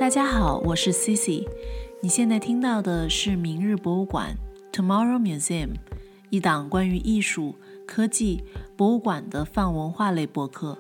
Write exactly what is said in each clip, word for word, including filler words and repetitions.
大家好，我是 Cici， 你现在听到的是明日博物馆 Tomorrow Museum， 一档关于艺术、科技、博物馆的泛文化类播客。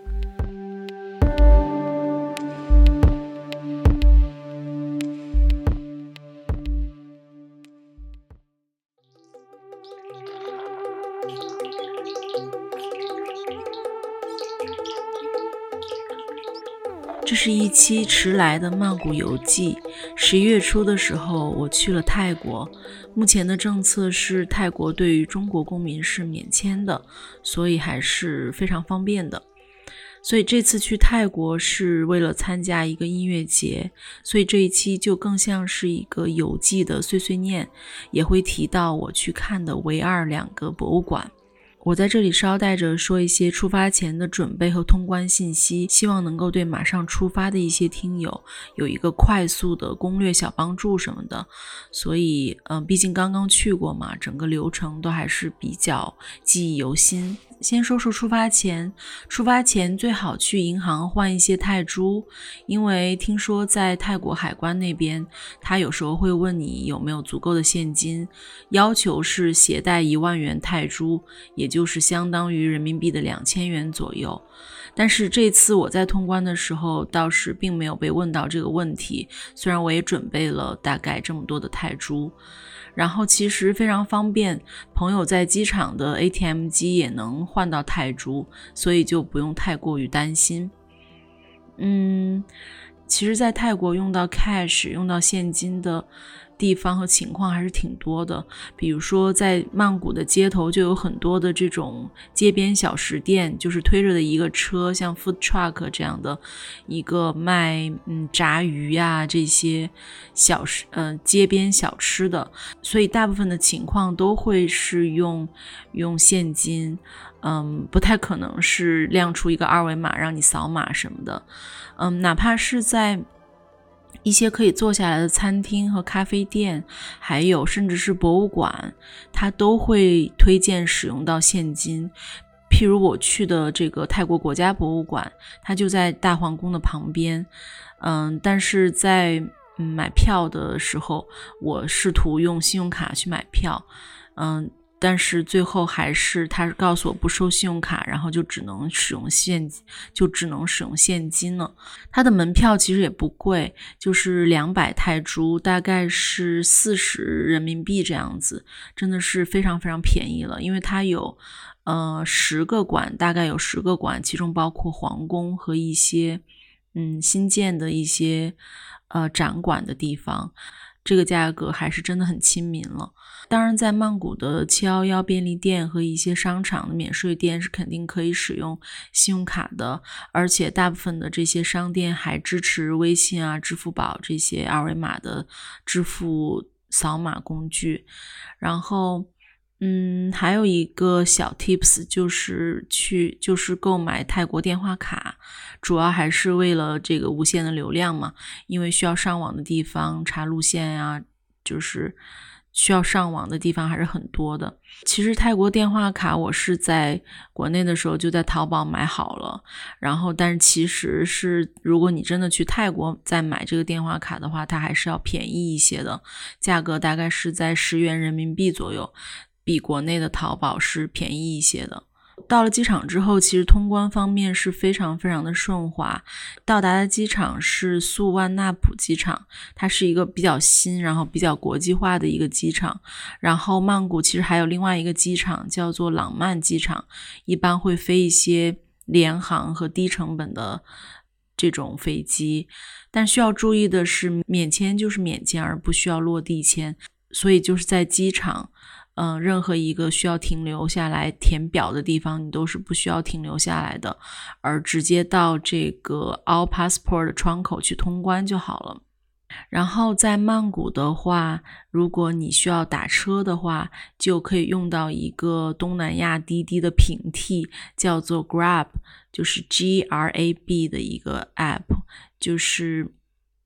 这是一期迟来的曼谷游记。十一月初的时候，我去了泰国。目前的政策是泰国对于中国公民是免签的，所以还是非常方便的。所以这次去泰国是为了参加一个音乐节，所以这一期就更像是一个游记的碎碎念，也会提到我去看的唯二两个博物馆。我在这里捎带着说一些出发前的准备和通关信息，希望能够对马上出发的一些听友有一个快速的攻略小帮助什么的。所以嗯、呃，毕竟刚刚去过嘛，整个流程都还是比较记忆犹新。先说说出发前，出发前最好去银行换一些泰铢，因为听说在泰国海关那边，他有时候会问你有没有足够的现金，要求是携带一万元泰铢，也就是相当于人民币的两千元左右。但是这次我在通关的时候倒是并没有被问到这个问题，虽然我也准备了大概这么多的泰铢。然后其实非常方便，朋友在机场的 A T M 机也能换到泰铢，所以就不用太过于担心。嗯，其实在泰国用到 cash 用到现金的地方和情况还是挺多的，比如说在曼谷的街头就有很多的这种街边小食店，就是推着的一个车，像 food truck 这样的一个卖嗯炸鱼呀、啊、这些小食呃街边小吃的，所以大部分的情况都会是用用现金，嗯，不太可能是亮出一个二维码让你扫码什么的，嗯，哪怕是在一些可以坐下来的餐厅和咖啡店，还有甚至是博物馆，它都会推荐使用到现金。譬如我去的这个泰国国家博物馆，它就在大皇宫的旁边，嗯，但是在、嗯、买票的时候，我试图用信用卡去买票，嗯。但是最后还是他告诉我不收信用卡，然后就只能使用现就只能使用现金了。它的门票其实也不贵，就是两百泰铢，大概是四十人民币这样子，真的是非常非常便宜了。因为它有呃十个馆，大概有十个馆，其中包括皇宫和一些嗯新建的一些呃展馆的地方。这个价格还是真的很亲民了。当然在曼谷的七一一便利店和一些商场的免税店是肯定可以使用信用卡的，而且大部分的这些商店还支持微信啊、支付宝这些二维码的支付扫码工具。然后嗯，还有一个小 tips 就是去就是购买泰国电话卡，主要还是为了这个无限的流量嘛，因为需要上网的地方查路线啊，就是需要上网的地方还是很多的。其实泰国电话卡我是在国内的时候就在淘宝买好了，然后但是其实是如果你真的去泰国再买这个电话卡的话，它还是要便宜一些的，价格大概是在十元人民币左右，比国内的淘宝是便宜一些的。到了机场之后，其实通关方面是非常非常的顺滑。到达的机场是素万那普机场，它是一个比较新然后比较国际化的一个机场。然后曼谷其实还有另外一个机场叫做朗曼机场，一般会飞一些联航和低成本的这种飞机。但需要注意的是，免签就是免签，而不需要落地签，所以就是在机场嗯、呃，任何一个需要停留下来填表的地方，你都是不需要停留下来的，而直接到这个 All Passport 的窗口去通关就好了。然后在曼谷的话，如果你需要打车的话，就可以用到一个东南亚滴滴的平替，叫做 Grab， 就是 G R A B 的一个 app， 就是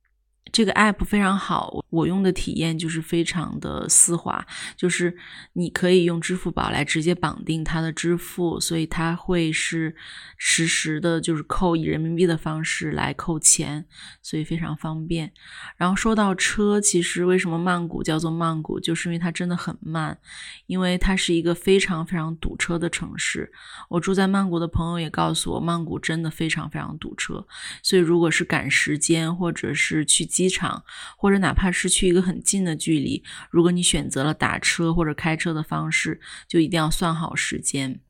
这个 app 非常好，我用的体验就是非常的丝滑，就是你可以用支付宝来直接绑定它的支付，所以它会是实时的就是扣以人民币的方式来扣钱，所以非常方便。然后说到车，其实为什么曼谷叫做曼谷，就是因为它真的很慢，因为它是一个非常非常堵车的城市。我住在曼谷的朋友也告诉我，曼谷真的非常非常堵车，所以如果是赶时间或者是去机场，或者哪怕是去一个很近的距离，如果你选择了打车或者开车的方式，就一定要算好时间。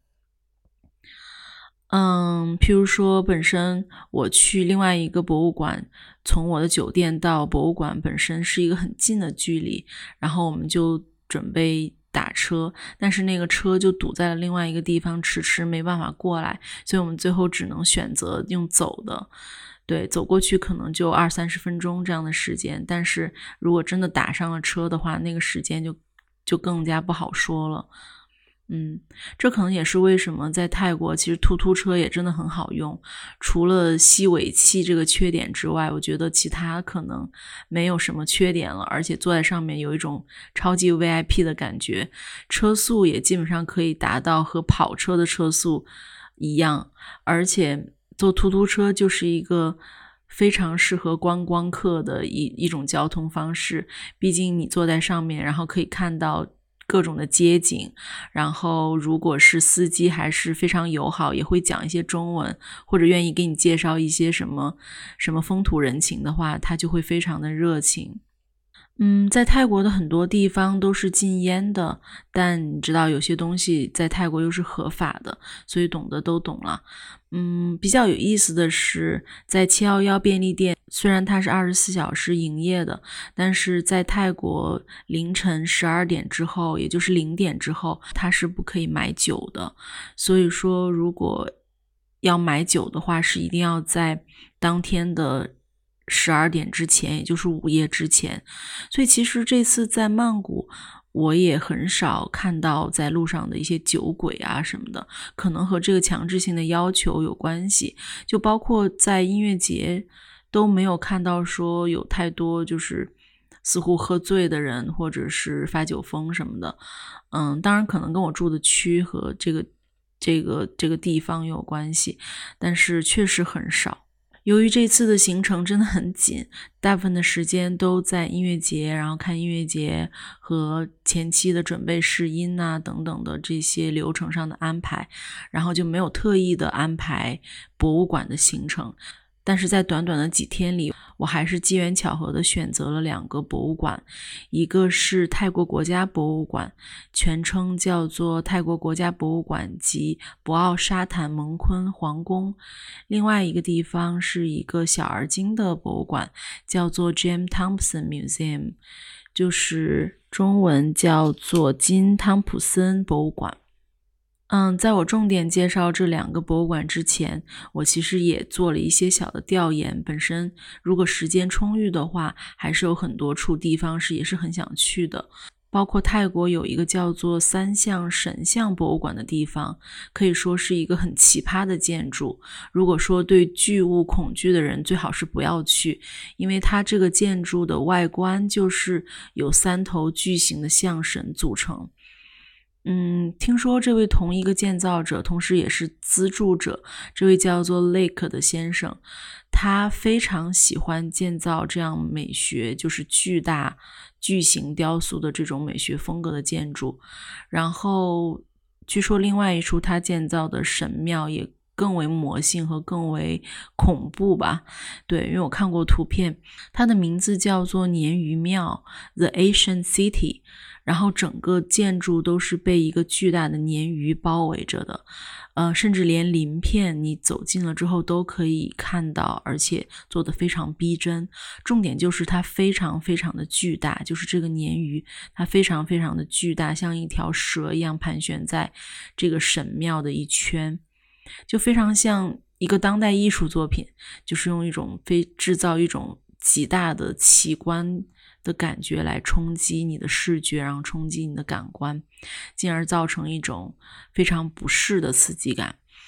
嗯，譬如说本身我去另外一个博物馆，从我的酒店到博物馆本身是一个很近的距离，然后我们就准备打车，但是那个车就堵在了另外一个地方，迟迟没办法过来，所以我们最后只能选择用走的。对，走过去可能就二三十分钟这样的时间，但是如果真的打上了车的话，那个时间就就更加不好说了。嗯，这可能也是为什么在泰国其实突突车也真的很好用，除了吸尾气这个缺点之外，我觉得其他可能没有什么缺点了，而且坐在上面有一种超级 V I P 的感觉，车速也基本上可以达到和跑车的车速一样，而且坐突突车就是一个非常适合观光客的一一种交通方式，毕竟你坐在上面，然后可以看到各种的街景，然后如果是司机还是非常友好，也会讲一些中文，或者愿意给你介绍一些什么什么风土人情的话，他就会非常的热情。嗯，在泰国的很多地方都是禁烟的，但你知道有些东西在泰国又是合法的，所以懂得都懂了。嗯，比较有意思的是，在七一一便利店，虽然它是二十四小时营业的，但是在泰国凌晨十二点之后，也就是零点之后，它是不可以买酒的。所以说，如果要买酒的话，是一定要在当天的十二点之前，也就是午夜之前。所以其实这次在曼谷我也很少看到在路上的一些酒鬼啊什么的，可能和这个强制性的要求有关系，就包括在音乐节都没有看到说有太多就是似乎喝醉的人或者是发酒疯什么的。嗯，当然可能跟我住的区和这个这个这个地方有关系，但是确实很少。由于这次的行程真的很紧，大部分的时间都在音乐节，然后看音乐节和前期的准备试音啊等等的这些流程上的安排，然后就没有特意的安排博物馆的行程。但是在短短的几天里，我还是机缘巧合的选择了两个博物馆，一个是泰国国家博物馆，全称叫做泰国国家博物馆及博鳌沙坦蒙坤皇宫，另外一个地方是一个小而精的博物馆，叫做 James Thompson Museum， 就是中文叫做金汤普森博物馆。嗯，在我重点介绍这两个博物馆之前，我其实也做了一些小的调研，本身如果时间充裕的话，还是有很多处地方是也是很想去的。包括泰国有一个叫做三相神像博物馆的地方，可以说是一个很奇葩的建筑，如果说对巨物恐惧的人最好是不要去，因为它这个建筑的外观就是有三头巨型的象神组成。嗯，听说这位同一个建造者同时也是资助者，这位叫做 Lake 的先生，他非常喜欢建造这样美学，就是巨大巨型雕塑的这种美学风格的建筑。然后据说另外一处他建造的神庙也更为魔性和更为恐怖吧。对，因为我看过图片，它的名字叫做鲶鱼庙 The Asian City， 然后整个建筑都是被一个巨大的鲶鱼包围着的，呃，甚至连鳞片你走近了之后都可以看到，而且做得非常逼真。重点就是它非常非常的巨大，就是这个鲶鱼它非常非常的巨大，像一条蛇一样盘旋在这个神庙的一圈，就非常像一个当代艺术作品，就是用一种非制造一种极大的奇观的感觉来冲击你的视觉，然后冲击你的感官，进而造成一种非常不适的刺激感。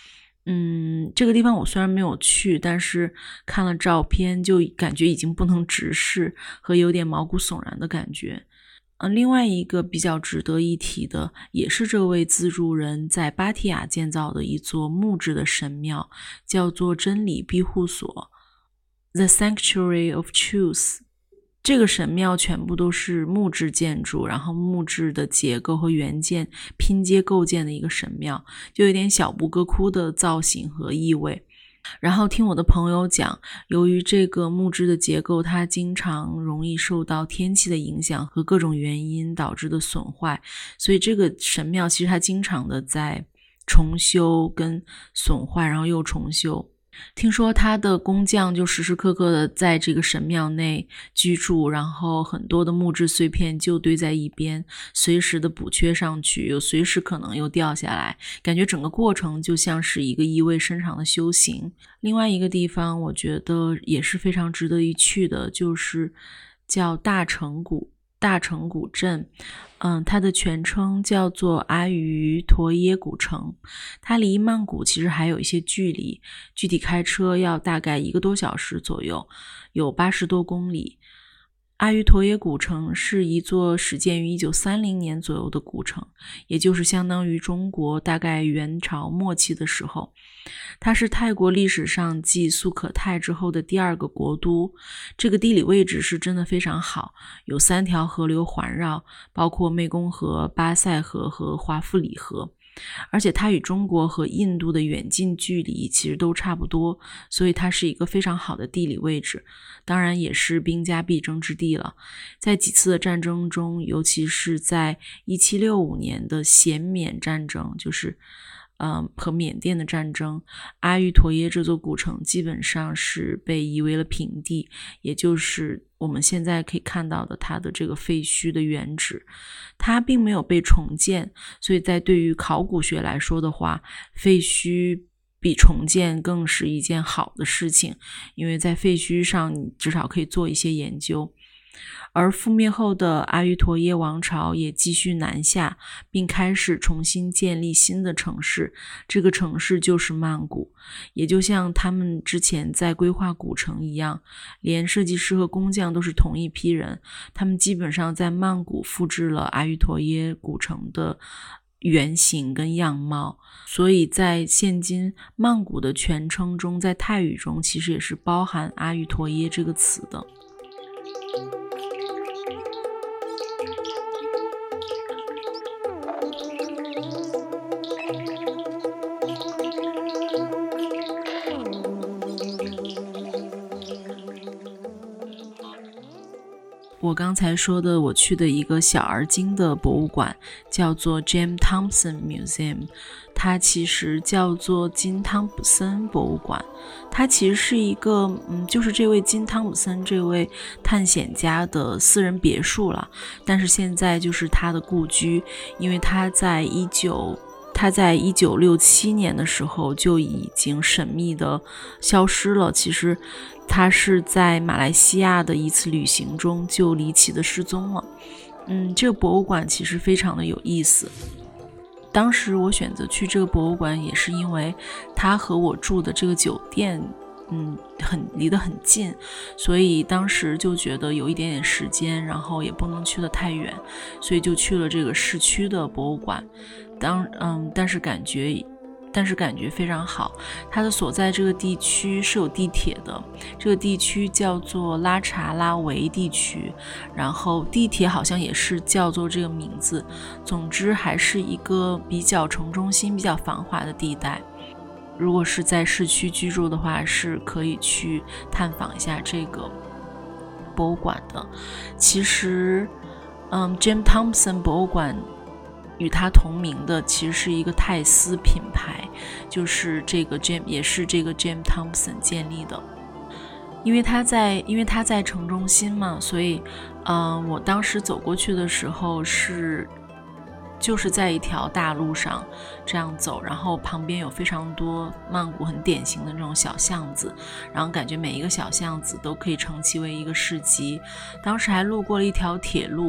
嗯，这个地方我虽然没有去，但是看了照片就感觉已经不能直视，和有点毛骨悚然的感觉。呃，另外一个比较值得一提的，也是这位资助人在芭提雅建造的一座木质的神庙，叫做真理庇护所 The Sanctuary of Truth。 这个神庙全部都是木质建筑，然后木质的结构和元件拼接构建的一个神庙，就有点小布哥窟的造型和意味。然后听我的朋友讲，由于这个木质的结构它经常容易受到天气的影响和各种原因导致的损坏，所以这个神庙其实它经常的在重修跟损坏，然后又重修。听说他的工匠就时时刻刻的在这个神庙内居住，然后很多的木质碎片就堆在一边，随时的补缺上去，又随时可能又掉下来，感觉整个过程就像是一个意味深长的修行。另外一个地方我觉得也是非常值得一去的，就是叫大城古大城古镇，嗯，它的全称叫做阿瑜陀耶古城。它离曼谷其实还有一些距离，具体开车要大概一个多小时左右，有八十多公里。阿瑜陀耶古城是一座始建于一九三零年左右的古城，也就是相当于中国大概元朝末期的时候。它是泰国历史上继素可泰之后的第二个国都，这个地理位置是真的非常好，有三条河流环绕，包括湄公河、巴塞河和华富里河。而且它与中国和印度的远近距离其实都差不多，所以它是一个非常好的地理位置，当然也是兵家必争之地了。在几次的战争中，尤其是在一七六五年的暹缅战争，就是嗯，和缅甸的战争，阿瑜陀耶这座古城基本上是被夷为了平地，也就是我们现在可以看到的它的这个废墟的原址。它并没有被重建，所以在对于考古学来说的话，废墟比重建更是一件好的事情，因为在废墟上你至少可以做一些研究。而覆灭后的阿瑜陀耶王朝也继续南下，并开始重新建立新的城市，这个城市就是曼谷。也就像他们之前在规划古城一样，连设计师和工匠都是同一批人，他们基本上在曼谷复制了阿瑜陀耶古城的原型跟样貌。所以在现今曼谷的全称中，在泰语中其实也是包含阿瑜陀耶这个词的。我刚才说的我去的一个小而精的博物馆叫做 Jim Thompson Museum， 它其实叫做金汤普森博物馆。它其实是一个嗯，就是这位金汤普森这位探险家的私人别墅了，但是现在就是他的故居，因为他在一九他在一九六七年的时候就已经神秘的消失了。其实他是在马来西亚的一次旅行中就离奇的失踪了。嗯，这个博物馆其实非常的有意思。当时我选择去这个博物馆也是因为它和我住的这个酒店嗯，很离得很近，所以当时就觉得有一点点时间，然后也不能去得太远，所以就去了这个市区的博物馆。当嗯，但是感觉但是感觉非常好。它的所在这个地区是有地铁的，这个地区叫做拉查拉维地区，然后地铁好像也是叫做这个名字。总之还是一个比较城中心比较繁华的地带。如果是在市区居住的话，是可以去探访一下这个博物馆的。其实嗯 Jim Thompson 博物馆与它同名的其实是一个泰斯品牌，就是这个 Jim 也是这个 Jim Thompson 建立的。因为他在因为他在城中心嘛，所以嗯、呃，我当时走过去的时候是就是在一条大路上这样走，然后旁边有非常多曼谷很典型的那种小巷子，然后感觉每一个小巷子都可以称其为一个市集。当时还路过了一条铁路，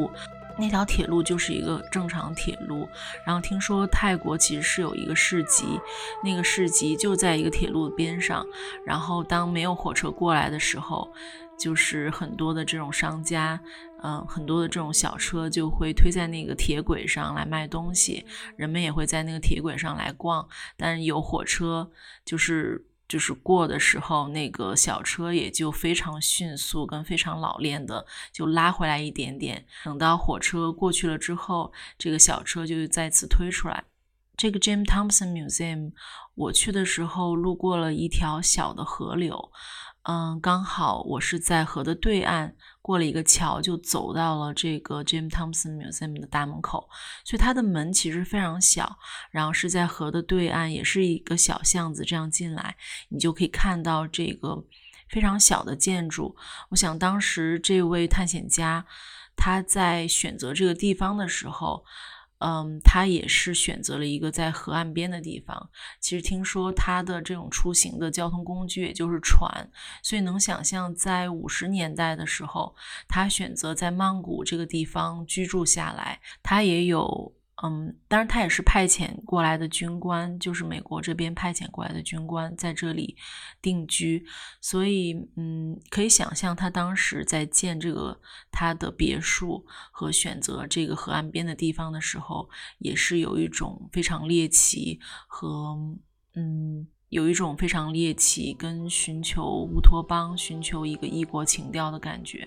那条铁路就是一个正常铁路，然后听说泰国其实是有一个市集，那个市集就在一个铁路边上，然后当没有火车过来的时候，就是很多的这种商家嗯，很多的这种小车就会推在那个铁轨上来卖东西，人们也会在那个铁轨上来逛，但是有火车就是就是过的时候，那个小车也就非常迅速跟非常老练的就拉回来一点点，等到火车过去了之后，这个小车就再次推出来。这个 Jim Thompson Museum 我去的时候路过了一条小的河流，嗯，刚好我是在河的对岸过了一个桥，就走到了这个 Jim Thompson Museum 的大门口，所以它的门其实非常小，然后是在河的对岸，也是一个小巷子，这样进来你就可以看到这个非常小的建筑。我想当时这位探险家他在选择这个地方的时候嗯，他也是选择了一个在河岸边的地方，其实听说他的这种出行的交通工具也就是船，所以能想象在五十年代的时候，他选择在曼谷这个地方居住下来，他也有嗯，当然他也是派遣过来的军官，就是美国这边派遣过来的军官在这里定居，所以嗯，可以想象他当时在建这个他的别墅和选择这个河岸边的地方的时候，也是有一种非常猎奇和嗯，有一种非常猎奇跟寻求乌托邦，寻求一个异国情调的感觉。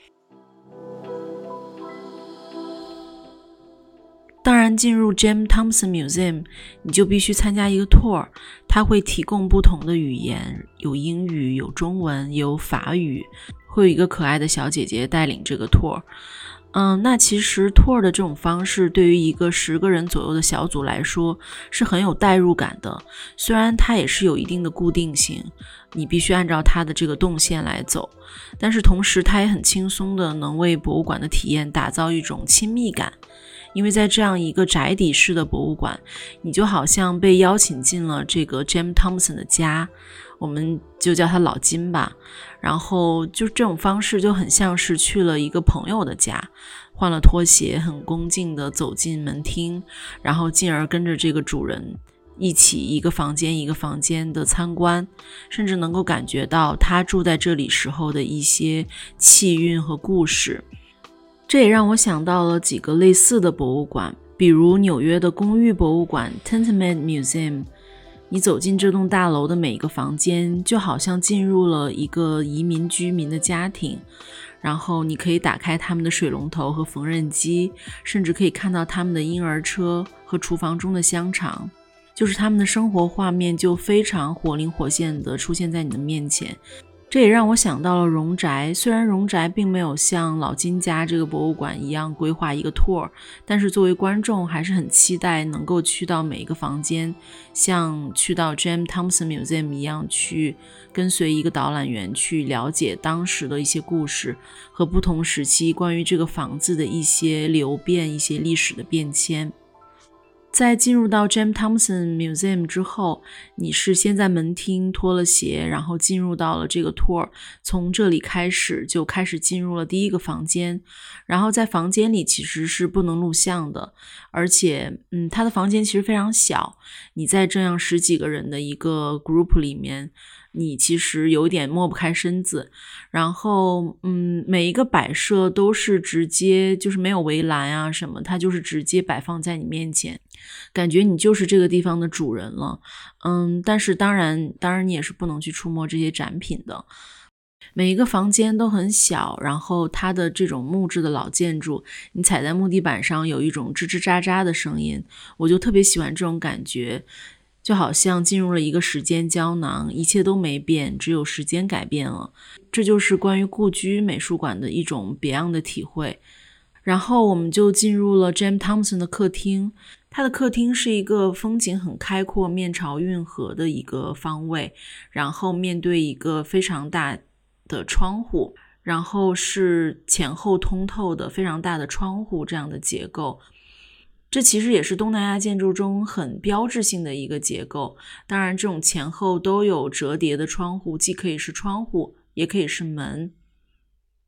当然进入 Jim Thompson Museum 你就必须参加一个 tour， 它会提供不同的语言，有英语，有中文，有法语，会有一个可爱的小姐姐带领这个 tour。嗯，那其实 tour 的这种方式对于一个十个人左右的小组来说是很有代入感的，虽然它也是有一定的固定性，你必须按照它的这个动线来走，但是同时它也很轻松的能为博物馆的体验打造一种亲密感。因为在这样一个宅邸式的博物馆，你就好像被邀请进了这个 Jim Thompson 的家，我们就叫他老金吧，然后就这种方式就很像是去了一个朋友的家，换了拖鞋，很恭敬地走进门厅，然后进而跟着这个主人一起一个房间一个房间的参观，甚至能够感觉到他住在这里时候的一些气韵和故事。这也让我想到了几个类似的博物馆，比如纽约的公寓博物馆 Tenement Museum， 你走进这栋大楼的每一个房间就好像进入了一个移民居民的家庭，然后你可以打开他们的水龙头和缝纫机，甚至可以看到他们的婴儿车和厨房中的香肠，就是他们的生活画面就非常活灵活现地出现在你的面前。这也让我想到了荣宅，虽然荣宅并没有像老金家这个博物馆一样规划一个 tour， 但是作为观众还是很期待能够去到每一个房间，像去到 Jim Thompson Museum 一样，去跟随一个导览员去了解当时的一些故事和不同时期关于这个房子的一些流变，一些历史的变迁。在进入到 Jim Thompson Museum 之后，你是先在门厅脱了鞋，然后进入到了这个 tour， 从这里开始就开始进入了第一个房间，然后在房间里其实是不能录像的，而且嗯，他的房间其实非常小，你在这样十几个人的一个 group 里面，你其实有点摸不开身子，然后嗯，每一个摆设都是直接就是没有围栏啊什么，它就是直接摆放在你面前，感觉你就是这个地方的主人了。嗯，但是当然当然你也是不能去触摸这些展品的。每一个房间都很小，然后它的这种木质的老建筑，你踩在木地板上有一种吱吱喳喳的声音，我就特别喜欢这种感觉，就好像进入了一个时间胶囊，一切都没变，只有时间改变了。这就是关于故居美术馆的一种别样的体会。然后我们就进入了 Jim Thompson 的客厅，他的客厅是一个风景很开阔，面朝运河的一个方位，然后面对一个非常大的窗户，然后是前后通透的非常大的窗户这样的结构。这其实也是东南亚建筑中很标志性的一个结构，当然这种前后都有折叠的窗户，既可以是窗户也可以是门。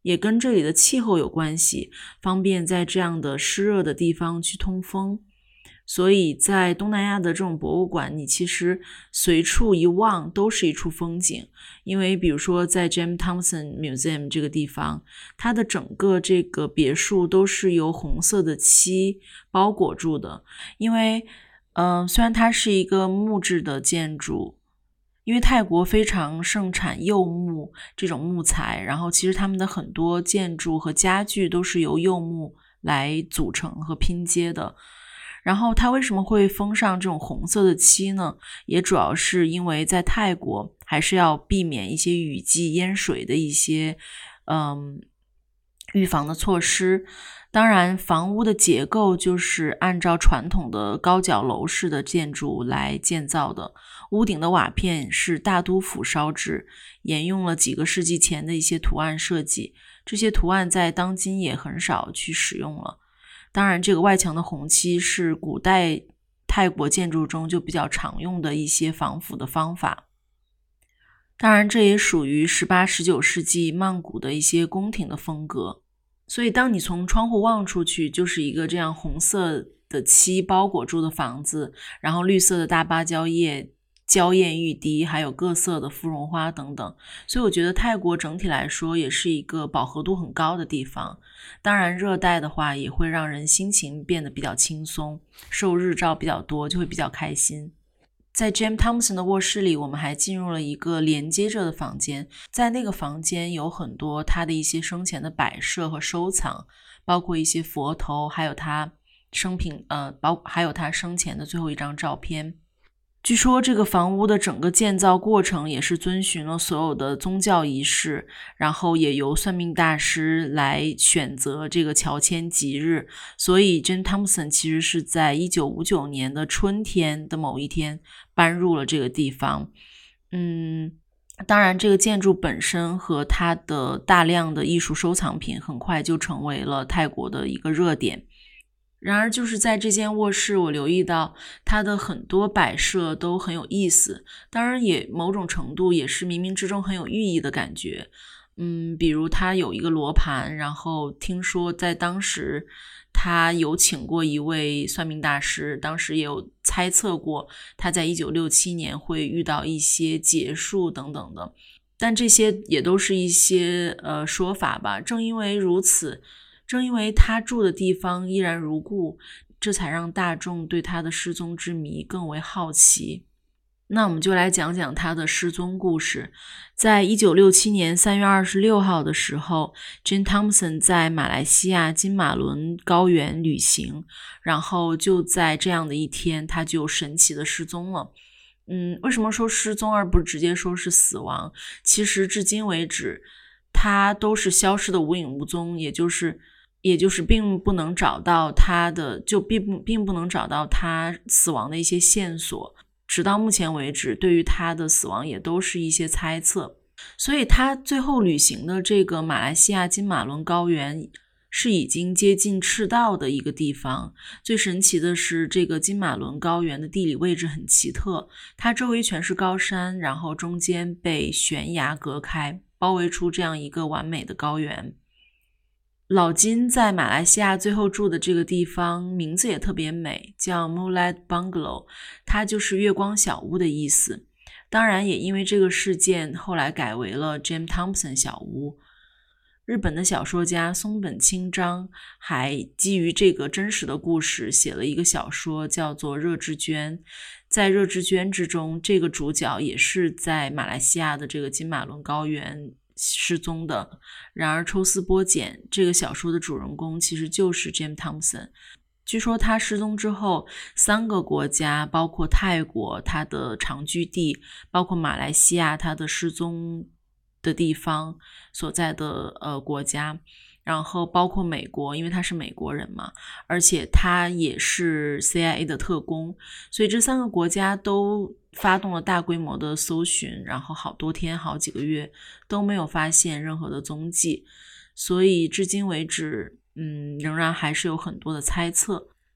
也跟这里的气候有关系，方便在这样的湿热的地方去通风。所以在东南亚的这种博物馆，你其实随处一望都是一处风景。因为比如说在 James Thompson Museum 这个地方，它的整个这个别墅都是由红色的漆包裹住的。因为呃，虽然它是一个木质的建筑，因为泰国非常盛产柚木这种木材，然后其实他们的很多建筑和家具都是由柚木来组成和拼接的。然后它为什么会封上这种红色的漆呢？也主要是因为在泰国还是要避免一些雨季淹水的一些嗯预防的措施。当然房屋的结构就是按照传统的高脚楼式的建筑来建造的，屋顶的瓦片是大都府烧制，沿用了几个世纪前的一些图案设计，这些图案在当今也很少去使用了。当然这个外墙的红漆是古代泰国建筑中就比较常用的一些防腐的方法。当然这也属于十八、十九世纪曼谷的一些宫廷的风格。所以当你从窗户望出去，就是一个这样红色的漆包裹住的房子，然后绿色的大芭蕉叶、娇艳欲滴，还有各色的芙蓉花等等。所以我觉得泰国整体来说也是一个饱和度很高的地方。当然热带的话也会让人心情变得比较轻松，受日照比较多就会比较开心。在 James Thompson 的卧室里，我们还进入了一个连接着的房间，在那个房间有很多他的一些生前的摆设和收藏，包括一些佛头，还有他生平呃，包还有他生前的最后一张照片。据说这个房屋的整个建造过程也是遵循了所有的宗教仪式，然后也由算命大师来选择这个乔迁吉日，所以 James Thompson 其实是在一九五九年的春天的某一天搬入了这个地方。嗯，当然这个建筑本身和它的大量的艺术收藏品很快就成为了泰国的一个热点。然而就是在这间卧室，我留意到它的很多摆设都很有意思，当然也某种程度也是冥冥之中很有寓意的感觉。嗯，比如它有一个罗盘，然后听说在当时他有请过一位算命大师，当时也有猜测过他在一九六七年会遇到一些劫数等等的，但这些也都是一些呃说法吧。正因为如此，正因为他住的地方依然如故，这才让大众对他的失踪之谜更为好奇。那我们就来讲讲他的失踪故事。在一九六七年三月二十六号的时候， James Thompson 在马来西亚金马伦高原旅行，然后就在这样的一天他就神奇的失踪了。嗯，为什么说失踪而不直接说是死亡？其实至今为止他都是消失的无影无踪，也就是也就是并不能找到他的就并不并不能找到他死亡的一些线索，直到目前为止对于他的死亡也都是一些猜测。所以他最后旅行的这个马来西亚金马伦高原是已经接近赤道的一个地方。最神奇的是这个金马伦高原的地理位置很奇特，它周围全是高山，然后中间被悬崖隔开，包围出这样一个完美的高原。老金在马来西亚最后住的这个地方名字也特别美，叫 Moonlight Bungalow， 它就是月光小屋的意思。当然也因为这个事件后来改为了 James Thompson 小屋。日本的小说家松本清张还基于这个真实的故事写了一个小说叫做《热之娟》。在《热之娟》之中，这个主角也是在马来西亚的这个金马伦高原失踪的。然而抽丝剥茧，这个小说的主人公其实就是 James Thompson。据说他失踪之后，三个国家包括泰国他的常居地，包括马来西亚他的失踪的地方所在的呃国家，然后包括美国，因为他是美国人嘛，而且他也是 C I A 的特工，所以这三个国家都发动了大规模的搜寻，然后好多天好几个月都没有发现任何的踪迹。所以至今为止嗯，仍然还是有很多的猜测。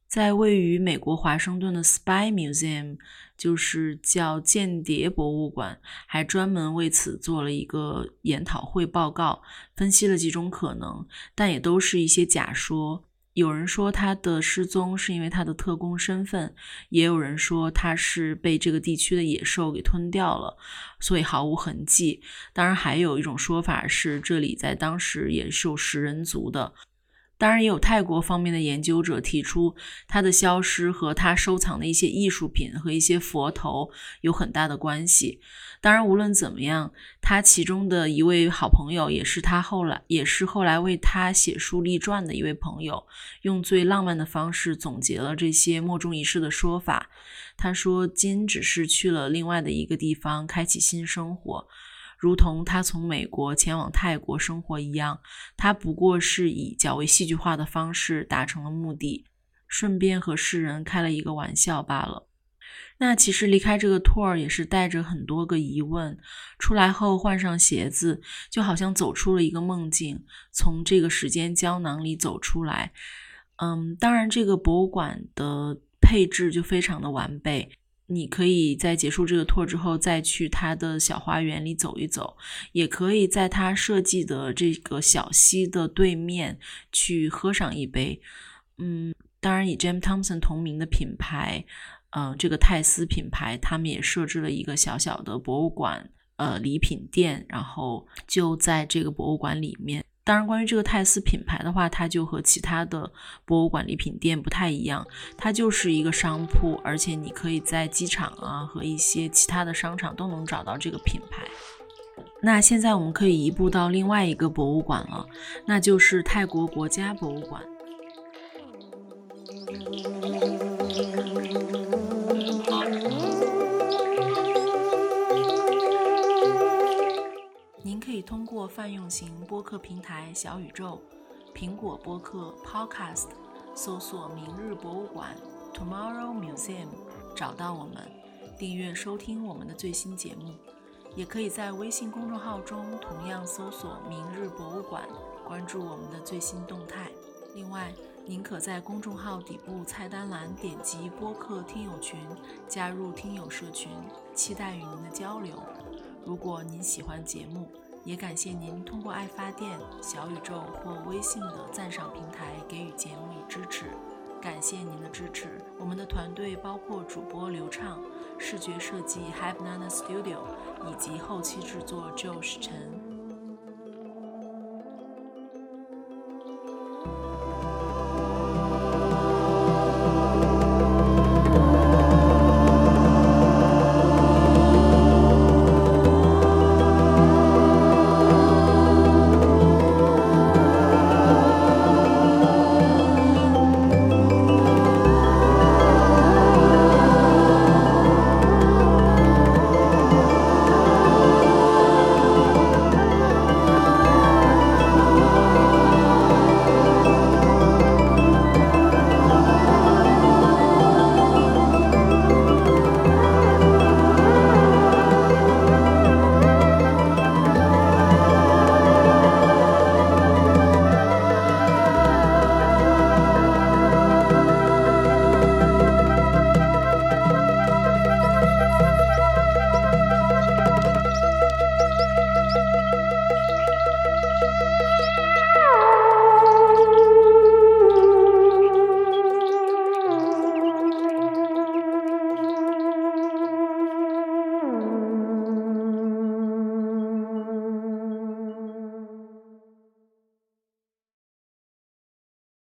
在位于美国华盛顿的 Spy Museum， 就是叫间谍博物馆，还专门为此做了一个研讨会报告，分析了几种可能，但也都是一些假说。有人说他的失踪是因为他的特工身份，也有人说他是被这个地区的野兽给吞掉了，所以毫无痕迹。当然还有一种说法是这里在当时也是有食人族的。当然也有泰国方面的研究者提出他的消失和他收藏的一些艺术品和一些佛头有很大的关系。当然无论怎么样，他其中的一位好朋友也是他后来也是后来为他写书立传的一位朋友，用最浪漫的方式总结了这些莫衷一是的说法。他说金只是去了另外的一个地方开启新生活，如同他从美国前往泰国生活一样，他不过是以较为戏剧化的方式达成了目的，顺便和世人开了一个玩笑罢了。那其实离开这个 tour 也是带着很多个疑问，出来后换上鞋子，就好像走出了一个梦境，从这个时间胶囊里走出来。嗯，当然这个博物馆的配置就非常的完备，你可以在结束这个 tour 之后再去它的小花园里走一走，也可以在它设计的这个小溪的对面去喝上一杯。嗯，当然以 James Thompson 同名的品牌，呃，这个泰斯品牌，他们也设置了一个小小的博物馆，呃，礼品店，然后就在这个博物馆里面。当然关于这个泰斯品牌的话，它就和其他的博物馆礼品店不太一样，它就是一个商铺，而且你可以在机场啊和一些其他的商场都能找到这个品牌。那现在我们可以移步到另外一个博物馆了，那就是泰国国家博物馆。您可以通过泛用型播客平台小宇宙、苹果播客 Podcast 搜索明日博物馆 Tomorrow Museum 找到我们，订阅收听我们的最新节目。也可以在微信公众号中同样搜索明日博物馆，关注我们的最新动态。另外，您可在公众号底部菜单栏点击播客听友群，加入听友社群，期待与您的交流。如果您喜欢节目，也感谢您通过爱发电、小宇宙或微信的赞赏平台给予节目以支持。感谢您的支持。我们的团队包括主播刘畅、视觉设计 Hype Nana Studio 以及后期制作 Josh 陈。